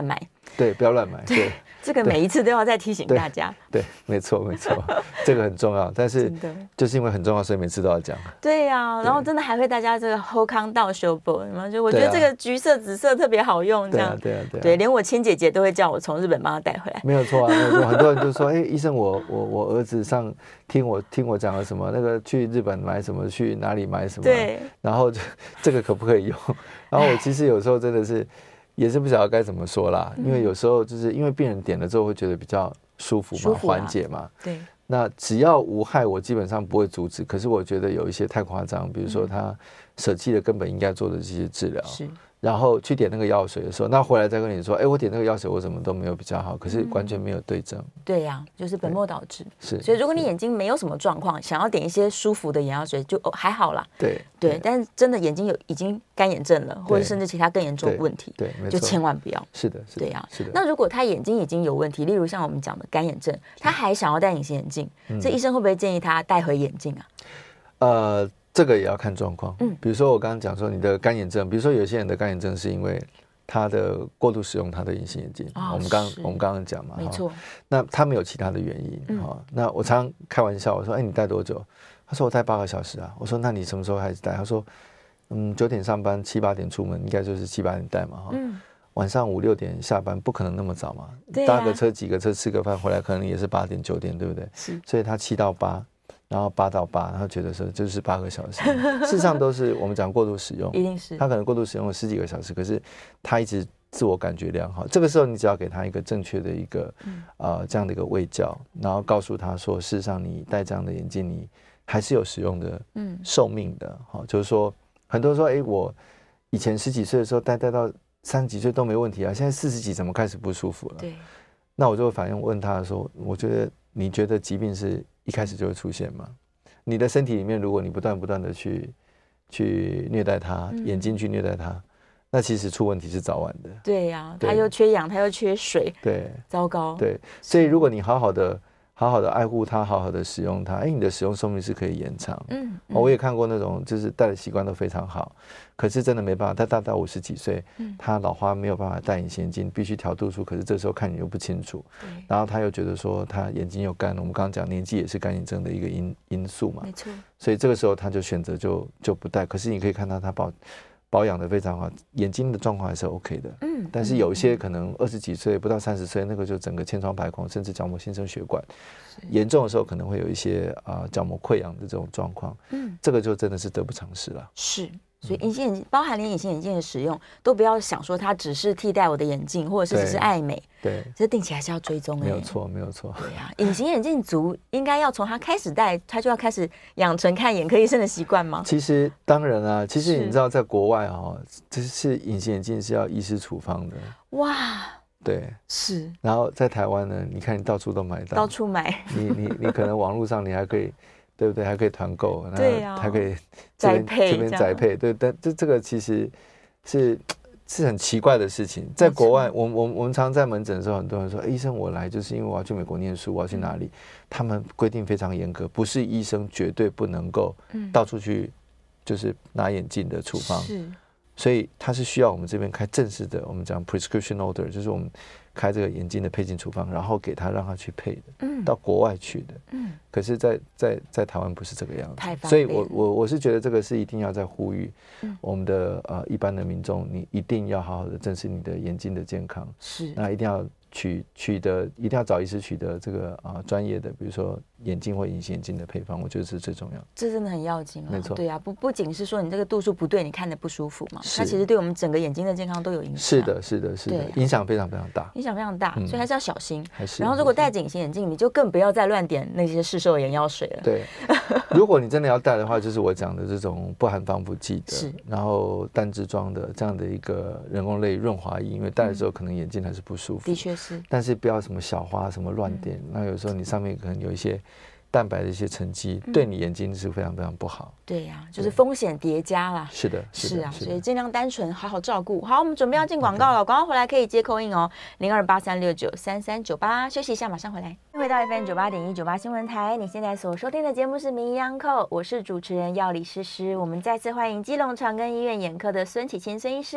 对，不要乱买。对， 这个每一次都要再提醒大家。 对，对没错没错，这个很重要。但是就是因为很重要，所以每次都要讲。对呀、啊，然后真的还会大家这个后康到修补，就我觉得这个橘色、紫色特别好用，这样。 对啊，对啊，对啊。 对，连我亲姐姐都会叫我从日本帮她带回来。 没有错啊，没有错。很多人就说：“哎，医生，我我我儿子上听我听我讲了什么，那个去日本买什么，去哪里买什么， 对， 然后这个可不可以用？”然后我其实有时候真的是也是不晓得该怎么说啦，因为有时候就是因为病人点了之后会觉得比较舒服嘛，缓解嘛。 对。 那只要无害，我基本上不会阻止。可是我觉得有一些太夸张，比如说他舍弃了根本应该做的这些治疗， 是。 然后去点那个药水的时候，那回来再跟你说，哎，我点那个药水我怎么都没有比较好，可是完全没有对症。嗯、 对呀、啊，就是本末倒置。 是， 所以如果你眼睛没有什么状况，想要点一些舒服的眼药水，就哦还好啦。 对对，但是真的眼睛有已经干眼症了，或者甚至其他更严重的问题， 对，对就千万不要。 是的，是的， 对呀、啊， 是的。 那如果他眼睛已经有问题，例如像我们讲的干眼症，他还想要戴隐形眼镜，嗯、这医生会不会建议他戴回眼镜啊？ 呃。这个也要看状况，嗯，比如说我刚刚讲说你的干眼症，比如说有些人的干眼症是因为他的过度使用他的隐形眼镜，哦、我们刚我们刚刚讲嘛， 没错， 那他没有其他的原因，嗯、那我常常开玩笑，我说，哎，你戴多久？他说我戴八个小时啊。我说那你什么时候开始戴？他说，嗯，九点上班，七八点出门，应该就是七八点戴嘛，哈、嗯，晚上五六点下班，不可能那么早嘛， 对啊、 搭个车挤个车吃个饭回来，可能也是八点九点，对不对？ 是， 所以他七到八。然后八到八，他觉得说就是八个小时，事实上都是我们讲过度使用， 一定是他可能过度使用了十几个小时，可是他一直自我感觉良好。这个时候你只要给他一个正确的一个、嗯、呃这样的一个卫教，然后告诉他说，事实上你戴这样的眼镜，你还是有使用的寿命的。好、嗯，就是说很多人说，哎，我以前十几岁的时候戴戴到三十几岁都没问题啊，现在四十几怎么开始不舒服了？ 对， 那我就反应问他说，我觉得你觉得疾病是一开始就会出现吗？你的身体里面，如果你不断不断的去去虐待它，嗯、眼睛去虐待它，那其实出问题是早晚的。 对呀、啊，它又缺氧，它又缺水， 对， 糟糕。 对，所以如果你好好的、好好的爱护它，好好的使用它，哎，你的使用寿命是可以延长。嗯，嗯我也看过那种就是戴的习惯都非常好，可是真的没办法，他大到五十几岁，嗯、他老花没有办法戴隐形眼镜，必须调度数，可是这时候看你又不清楚，然后他又觉得说他眼睛又干了，我们刚刚讲年纪也是干眼症的一个因因素嘛， 没错， 所以这个时候他就选择就就不戴，可是你可以看到他保保养的非常好，眼睛的状况还是 OK 的，嗯，但是有一些可能二十几岁不到三十岁，那个就整个千疮百孔，甚至角膜新生血管严重的时候，可能会有一些啊、呃、角膜溃疡的这种状况，嗯，这个就真的是得不偿失了， 是。所以隐形眼镜，包含连隐形眼镜的使用，都不要想说它只是替代我的眼镜，或者是只是爱美。 对， 这定期还是要追踪。 没有错，没有错。 对啊，隐形眼镜族应该要从他开始戴，他就要开始养成看眼科医生的习惯吗？ 其实当然啊，其实你知道，在国外哦，这是隐形眼镜是要医师处方的。 哇， 对， 是。 然后在台湾呢，你看你到处都买到， 到处买。 你你你可能网络上你还可以。对不对？还可以团购， 对呀、啊， 还可以宅配这边宅配，对，但这这个其实是是很奇怪的事情。在国外，我我我们常常在门诊的时候，很多人说：“医生，我来就是因为我要去美国念书，我要去哪里？”嗯、他们规定非常严格，不是医生绝对不能够到处去就是拿眼镜的处方。是。所以他是需要我们这边开正式的，我们讲 prescription order， 就是我们开这个眼镜的配镜处方，然后给他让他去配的，嗯，到国外去的，嗯。可是在，在在在台湾不是这个样子， 太方便。 所以我我我是觉得这个是一定要在呼吁我们的、嗯、呃一般的民众，你一定要好好的正视你的眼睛的健康， 是， 那一定要取取得，一定要找医师取得这个啊专、呃、业的，比如说眼镜或隐形眼镜的配方，我觉得是最重要的。 这真的很要紧啊， 没错， 对啊，不不仅是说你这个度数不对，你看得不舒服嘛，它其实对我们整个眼睛的健康都有影响。 是的，是的，是的，影响非常非常大， 影响非常大，嗯、所以还是要小心。 还是， 然后如果戴着隐形眼镜，你就更不要再乱点那些市售眼药水了。 对，如果你真的要戴的话，就是我讲的这种不含防腐剂的， 是， 然后单支装的这样的一个人工类润滑液，因为戴的时候可能眼睛还是不舒服， 的确是， 但是不要什么小花什么乱点，嗯、那有时候你上面可能有一些蛋白的一些沉积，嗯、对你眼睛是非常非常不好。 对呀、啊，就是风险叠加啦。 是的， 是啊，所以尽量单纯好好照顾。好，我们准备要进广告了，广告回来可以接call in哦，零二八三六九三三九八，休息一下，马上回来。回到 F M 九八点一九八新闻台，你现在所收听的节目是名医央叩，我是主持人药理诗诗。我们再次欢迎基隆长庚医院眼科的孙启清孙医师。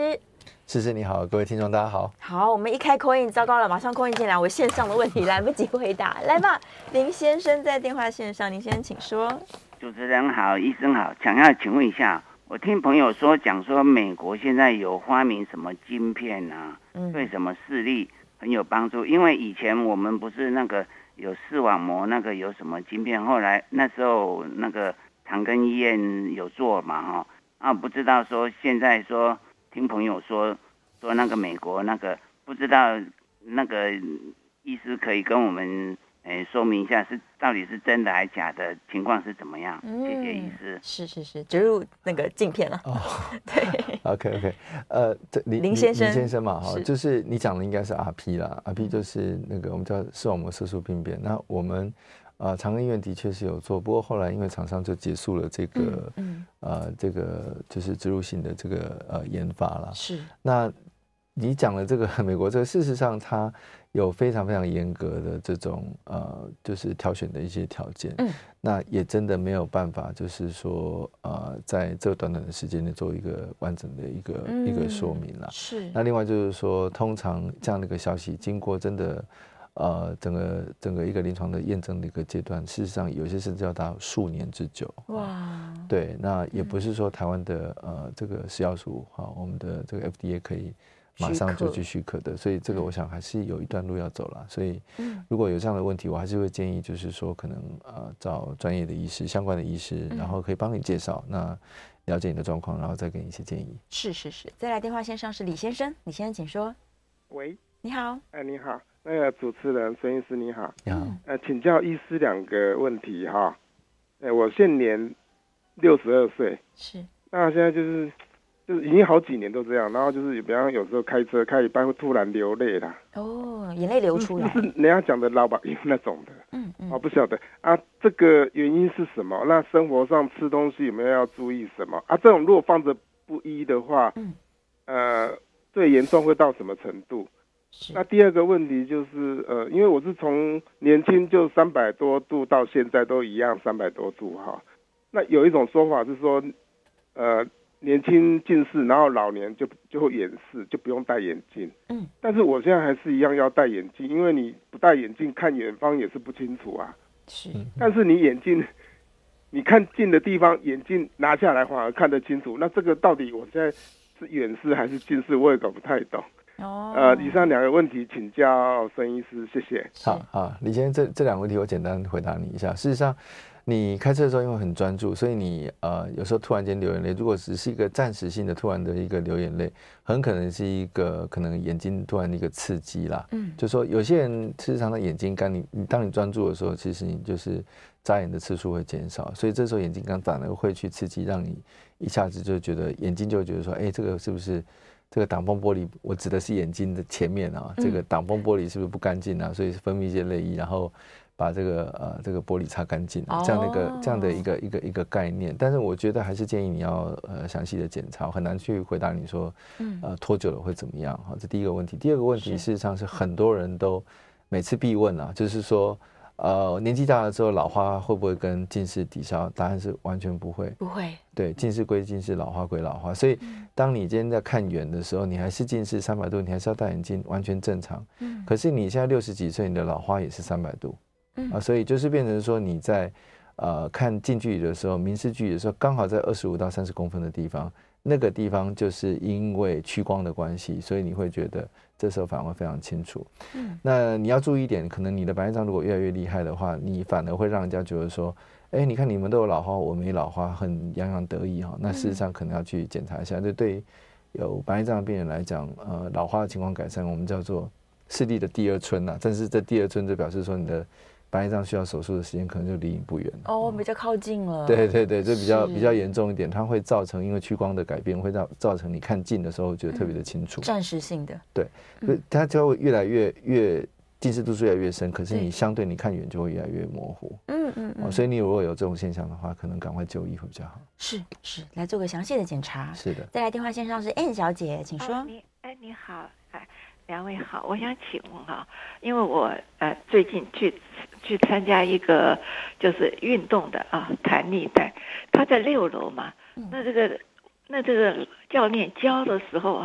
诗诗你好，各位听众大家好。 好，我们一开call in，糟糕了，马上call in进来，我线上的问题来不及回答，来吧，林先生在电话线上，林先生请说。 主持人好，医生好，想要请问一下，我听朋友说讲说美国现在有发明什么晶片啊，嗯、对什么视力很有帮助，因为以前我们不是那个有视网膜那个有什么晶片，后来那时候那个长庚医院有做嘛哈，啊不知道说现在说听朋友说说那个美国那个不知道那个医师可以跟我们诶说明一下是到底是真的还是假的，情况是怎么样？嗯、谢谢医师。 是是是，植入那个镜片了。哦，对。 OK OK， 呃，林林先生林先生嘛哈，就是你讲的应该是 R P 啦 ，R P 就是那个我们叫视网膜色素病变。那我们呃长庚医院的确是有做，不过后来因为厂商就结束了这个、嗯嗯、呃这个就是植入性的这个呃研发啦。 是。 那你讲的这个美国这个，事实上它有非常非常严格的这种呃，就是挑选的一些条件，嗯，那也真的没有办法，就是说呃，在这短短的时间内做一个完整的一个、嗯、一个说明啦。 是。 那另外就是说，通常这样的一个消息，经过真的呃整个整个一个临床的验证的一个阶段，事实上有些甚至要达数年之久。哇。对，那也不是说台湾的呃这个食药署哈，我们的这个 F D A 可以马上就去许可的，所以这个我想还是有一段路要走啦。所以如果有这样的问题，我还是会建议就是说可能呃找专业的医师、相关的医师，然后可以帮你介绍，那了解你的状况，然后再给你一些建议。 是是是，再来电话线上是李先生，李先生请说。 喂， 你好。 哎，你好，那个主持人孙医师你好。 你好。 呃，请教医师两个问题哈。哎，我现年六十二岁。是。那现在就是。就是已经好几年都这样，然后就是比方有时候开车开一半会突然流泪啦。 哦，眼泪流出来， 就是人家讲的老把音那种的。嗯嗯。我、哦、不晓得啊，这个原因是什么？那生活上吃东西有没有要注意什么啊？这种如果放着不医的话，嗯，呃，最严重会到什么程度？那第二个问题就是呃，因为我是从年轻就三百多度到现在都一样三百多度哈。那有一种说法是说，呃。年轻近视，然后老年就就会远视，就不用戴眼镜。嗯，但是我现在还是一样要戴眼镜，因为你不戴眼镜看远方也是不清楚啊。是，但是你眼镜，你看近的地方，眼镜拿下来反而看得清楚。那这个到底我现在是远视还是近视，我也搞不太懂。哦，呃，以上两个问题请教孙医师，谢谢。 好好，李先生，这这两个问题我简单回答你一下。事实上，你开车的时候因为很专注，所以你呃有时候突然间流眼泪，如果只是一个暂时性的突然的一个流眼泪，很可能是一个可能眼睛突然的一个刺激啦。嗯，就说有些人事实上的眼睛干，你你当你专注的时候，其实你就是眨眼的次数会减少，所以这时候眼睛干反而会去刺激，让你一下子就觉得眼睛就会觉得说，哎、欸，这个是不是这个挡风玻璃？我指的是眼睛的前面啊，这个挡风玻璃是不是不干净啊？所以分泌一些泪液，然后把这个呃这个玻璃擦干净，这样的一个这样的一个一个一个概念。但是我觉得还是建议你要呃详细的检查，很难去回答你说，呃拖久了会怎么样？好，这第一个问题。第二个问题，事实上是很多人都每次必问啊，就是说，呃年纪大了之后老花会不会跟近视抵消？答案是完全不会， 不会。 对，近视归近视，老花归老花。所以当你今天在看远的时候，你还是近视三百度，你还是要戴眼镜，完全正常。嗯。可是你现在六十几岁，你的老花也是三百度。嗯、啊，所以就是变成说你在呃看近距离的时候，明视距离的时候，刚好在二十五到三十公分的地方，那个地方就是因为屈光的关系，所以你会觉得这时候反而会非常清楚。嗯，那你要注意一点，可能你的白内障如果越来越厉害的话，你反而会让人家觉得说，哎，你看你们都有老花，我没老花，很洋洋得意哈。那事实上可能要去检查一下。这对有白内障的病人来讲，呃，老花的情况改善，我们叫做视力的第二春呐、啊。但是这第二春就表示说你的白内障需要手术的时间可能就离你不远了哦，比较靠近了。 对对对，这比较比较严重一点，它会造成因为屈光的改变，会造造成你看近的时候觉得特别的清楚。 暂时性的。 对，嗯、它就会越来越越近视度数越来越深，可是你相对你看远就会越来越模糊。嗯嗯嗯、哦。所以你如果有这种现象的话，可能赶快就医会比较好。 是是，来做个详细的检查。 是的。 再来电话线上是 N 小姐，请说。 哦、你哎你好，哎两位好，我想请问哈，因为我呃最近去去参加一个就是运动的啊弹力带，他在六楼嘛，那这个那这个教练教的时候哈、啊，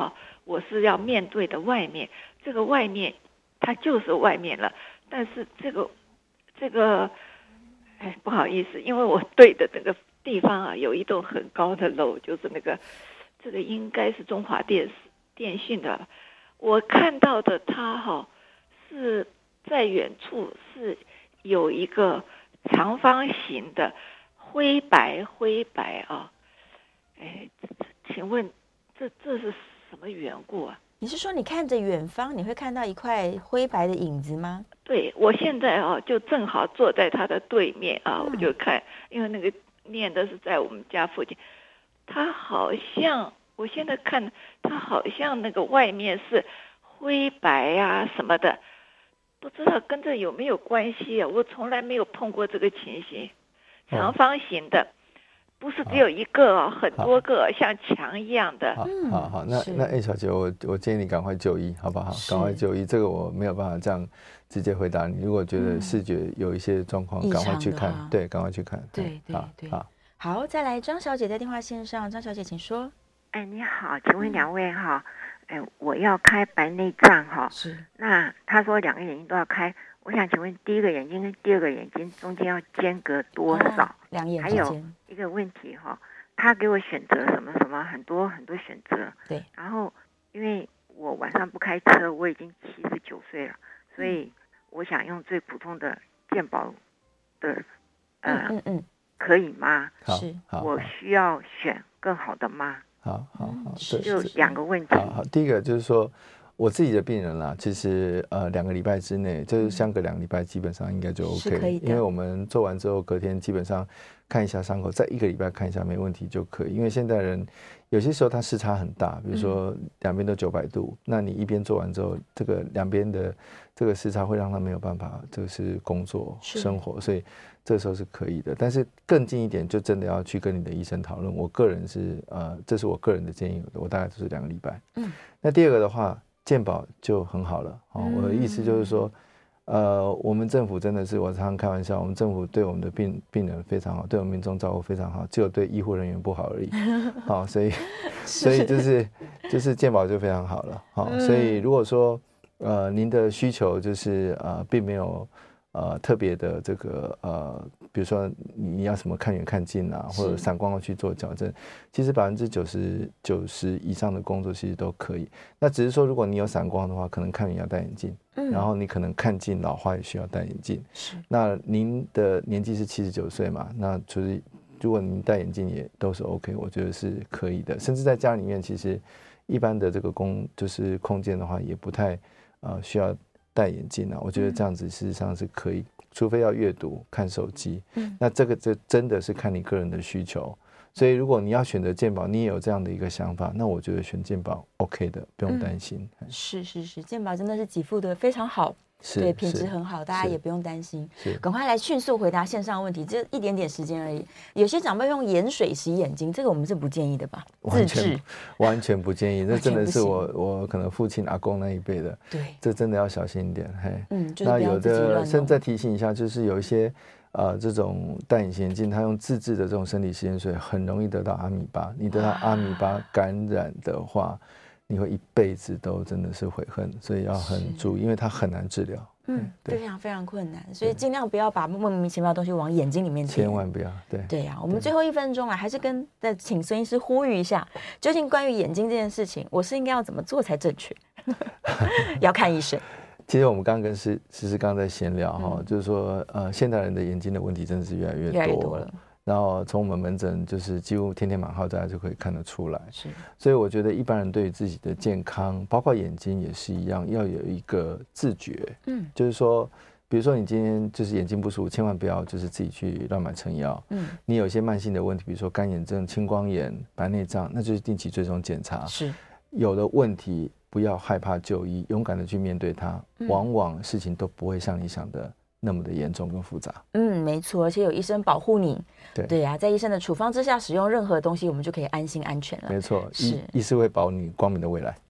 我是要面对的外面，这个外面它就是外面了，但是这个这个，哎，不好意思，因为我对的那个地方啊，有一栋很高的楼，就是那个这个应该是中华电电信的，我看到的它哈、哦、是在远处是有一个长方形的灰白灰白啊，哎，请问这这是什么缘故啊？ 你是说你看着远方，你会看到一块灰白的影子吗？ 对，我现在啊，就正好坐在他的对面啊，嗯、我就看，因为那个念的是在我们家附近，他好像，我现在看他好像那个外面是灰白啊什么的，不知道跟这有没有关系啊？我从来没有碰过这个情形，长方形的。哦，不是只有一个哦，很多个像墙一样的。 好好好，那那 A 小姐，我我建议你赶快就医，好不好？赶快就医，这个我没有办法这样直接回答你。如果觉得视觉有一些状况，赶、嗯、快去看，对，赶快去看。 对对对，好，好，再来，张小姐在电话线上，张小姐请说。 哎，你好，请问两位哈，哎，我要开白内障哈， 是， 那他说两个眼睛都要开。我想请问，第一个眼睛跟第二个眼睛中间要间隔多少？哦、 两眼之间。 还有一个问题哈、哦，他给我选择什么什么很多很多选择。 对。 然后，因为我晚上不开车，我已经七十九岁了，所以我想用最普通的健保的，呃，嗯嗯，可以吗？ 是。 我需要选更好的吗？ 好好好， 就两个问题。 好好，第一个就是说。我自己的病人啦，其实呃两个礼拜之内，就是相隔两个礼拜，基本上应该就 OK， 因为我们做完之后，隔天基本上看一下伤口，再一个礼拜看一下没问题就可以。因为现代人有些时候他视差很大，比如说两边都九百度，嗯、那你一边做完之后，这个两边的这个视差会让他没有办法，这个是工作生活，所以这个时候是可以的。但是更近一点，就真的要去跟你的医生讨论。我个人是呃，这是我个人的建议，我大概就是两个礼拜。嗯，那第二个的话。健保就很好了，哦，我的意思就是说，呃，我们政府真的是，我常常开玩笑，我们政府对我们的病病人非常好，对我们民众照顾非常好，只有对医护人员不好而已，好、哦，所以，所以就是就是健保就非常好了，好、哦，所以如果说呃您的需求就是呃并没有呃特别的这个呃，比如说你要什么看远看近啊，或者散光要去做矫正，其实百分之九十九十以上的工作其实都可以。那只是说，如果你有散光的话，可能看远要戴眼镜，嗯、然后你可能看近老花也需要戴眼镜。是。那您的年纪是七十九岁嘛？那就是如果您戴眼镜也都是 OK， 我觉得是可以的。甚至在家里面，其实一般的这个空就是空间的话，也不太呃需要戴眼镜啊。我觉得这样子事实上是可以。除非要阅读、看手机，嗯，那这个这真的是看你个人的需求。所以如果你要选择健保，你也有这样的一个想法，那我觉得选健保 OK 的，不用担心。 嗯、是是是，健保真的是给付的非常好，对，品质很好，大家也不用担心。赶快来迅速回答线上问题，这一点点时间而已。有些长辈用盐水洗眼睛，这个我们是不建议的吧？ 完全完全不建议，这真的是我我可能父亲阿公那一辈的， 对， 这真的要小心一点。嘿， 嗯，就是、 那有的现在提醒一下，就是有一些。呃，这种戴隐形眼镜，它用自制的这种生理食盐水，很容易得到阿米巴。你得到阿米巴感染的话，你会一辈子都真的是悔恨，所以要很注意，因为它很难治疗。 嗯，非常非常困难，所以尽量不要把莫名其妙的东西往眼睛里面填， 千万不要。对对呀、啊，我们最后一分钟了，还是跟再请孙医师呼吁一下，究竟关于眼睛这件事情，我是应该要怎么做才正确？要看医生。 其实我们刚刚跟诗诗诗刚刚在闲聊哈、嗯，就是说呃，现代人的眼睛的问题真的是越来越多， 越来越多了。 然后从我们门诊就是几乎天天满号，大家就可以看得出来。是，所以我觉得一般人对于自己的健康，包括眼睛也是一样，要有一个自觉。嗯，就是说，比如说你今天就是眼睛不舒服，千万不要就是自己去乱买成药。嗯，你有一些慢性的问题，比如说干眼症、青光眼、白内障，那就是定期追踪检查。是，有的问题。不要害怕就医，勇敢的去面对它、嗯，往往事情都不会像你想的那么的严重跟复杂。 嗯，没错，而且有医生保护你。 对对呀、啊，在医生的处方之下使用任何东西，我们就可以安心安全了。 没错，医医师会保你光明的未来。